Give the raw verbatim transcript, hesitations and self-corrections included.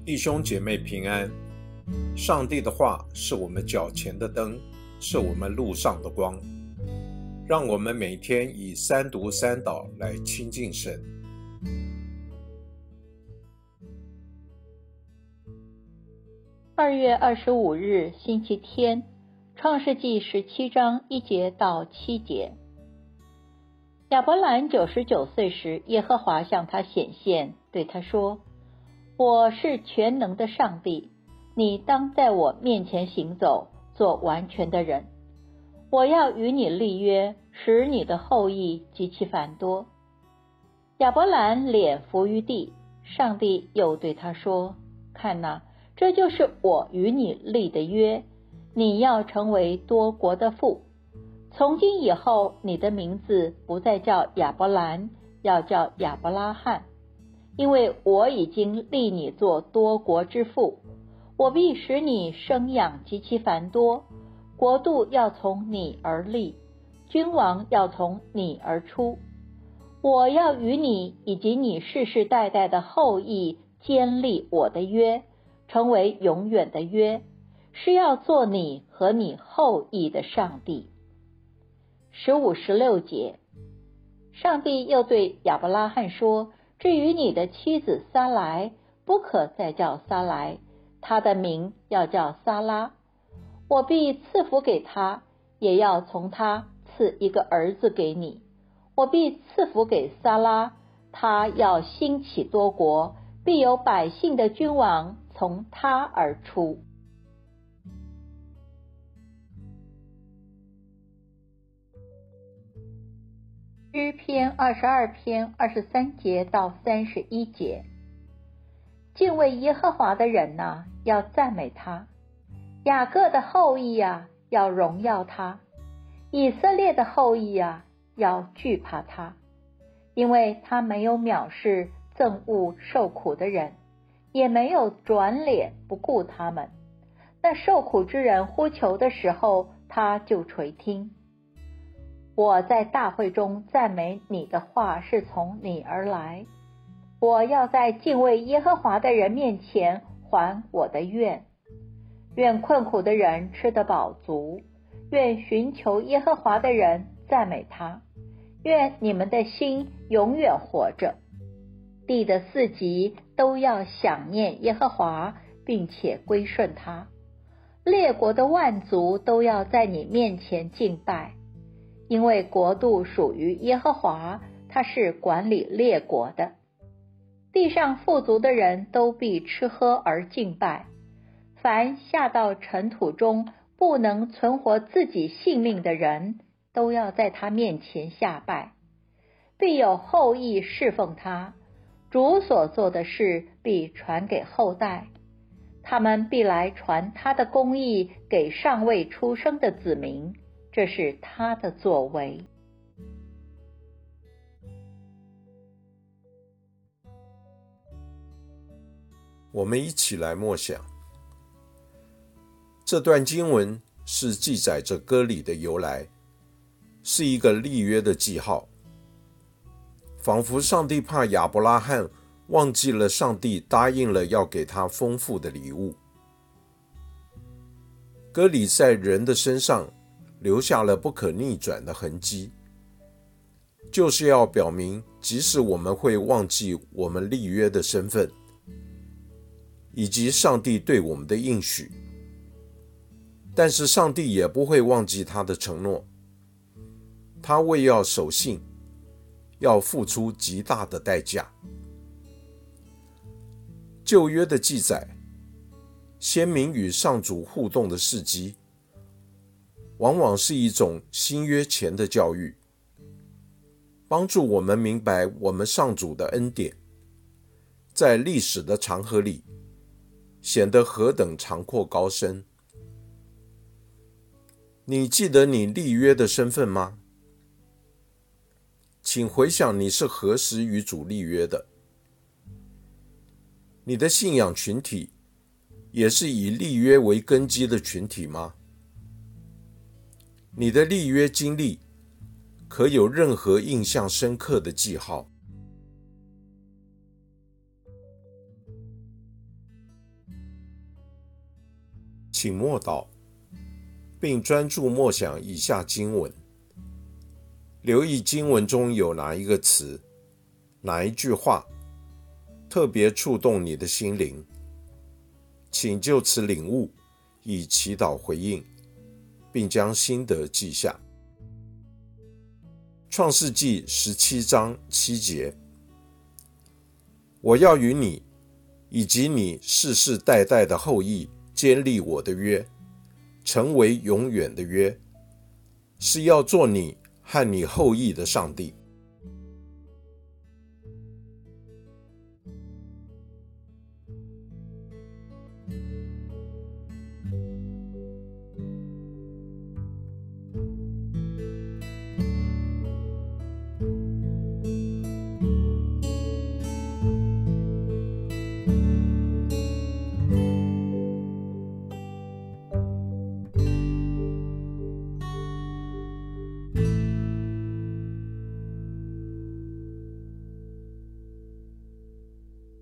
弟兄姐妹平安。上帝的话是我们脚前的灯，是我们路上的光。让我们每天以三读三祷来亲近神。 二月二十五日，星期天，创世纪十七章一节到七节。亚伯兰九十九岁时，耶和华向他显现，对他说：我是全能的上帝，你当在我面前行走，做完全的人。我要与你立约，使你的后裔极其繁多。亚伯兰脸伏于地，上帝又对他说：看哪，这就是我与你立的约，你要成为多国的父。从今以后，你的名字不再叫亚伯兰，要叫亚伯拉罕，因为我已经立你做多国之父。我必使你生养极其繁多，国度要从你而立，君王要从你而出。我要与你以及你世世代代的后裔坚立我的约，成为永远的约，是要做你和你后裔的上帝。十五、十六节，上帝又对亚伯拉罕说：至于你的妻子撒来，不可再叫撒来，她的名要叫撒拉。我必赐福给她，也要从她赐一个儿子给你。我必赐福给撒拉，她要兴起多国，必有百姓的君王从她而出。诗篇二十二篇二十三节到三十一节。敬畏耶和华的人哪、啊，要赞美他；雅各的后裔啊，要荣耀他；以色列的后裔啊，要惧怕他。因为他没有藐视憎恶受苦的人，也没有转脸不顾他们。那受苦之人呼求的时候，他就垂听。我在大会中赞美你的话是从你而来，我要在敬畏耶和华的人面前还我的愿。愿困苦的人吃得饱足，愿寻求耶和华的人赞美他，愿你们的心永远活着。地的四极都要想念耶和华，并且归顺他。列国的万族都要在你面前敬拜，因为国度属于耶和华，他是管理列国的。地上富足的人都必吃喝而敬拜，凡下到尘土中不能存活自己性命的人，都要在他面前下拜。必有后裔侍奉他，主所做的事必传给后代，他们必来传他的公义给尚未出生的子民，这是他的作为。 我们一起来默想。这段经文是记载着割礼的由来，是一个立约的记号，仿佛上帝怕亚伯拉罕忘记了上帝答应了要给他丰富的礼物。割礼在人的身上留下了不可逆转的痕迹，就是要表明，即使我们会忘记我们立约的身份，以及上帝对我们的应许，但是上帝也不会忘记他的承诺。他为要守信，要付出极大的代价。旧约的记载，先民与上主互动的事迹，往往是一种新约前的教育，帮助我们明白我们上主的恩典，在历史的长河里显得何等长阔高深。你记得你立约的身份吗？请回想你是何时与主立约的。你的信仰群体也是以立约为根基的群体吗？你的立约经历可有任何印象深刻的记号？ 请默祷，并专注默想以下经文，留意经文中有哪一个词、哪一句话特别触动你的心灵，请就此领悟，以祈祷回应，并将心得记下。创世纪十七章七节，我要与你以及你世世代代的后裔坚立我的约，成为永远的约，是要做你和你后裔的上帝。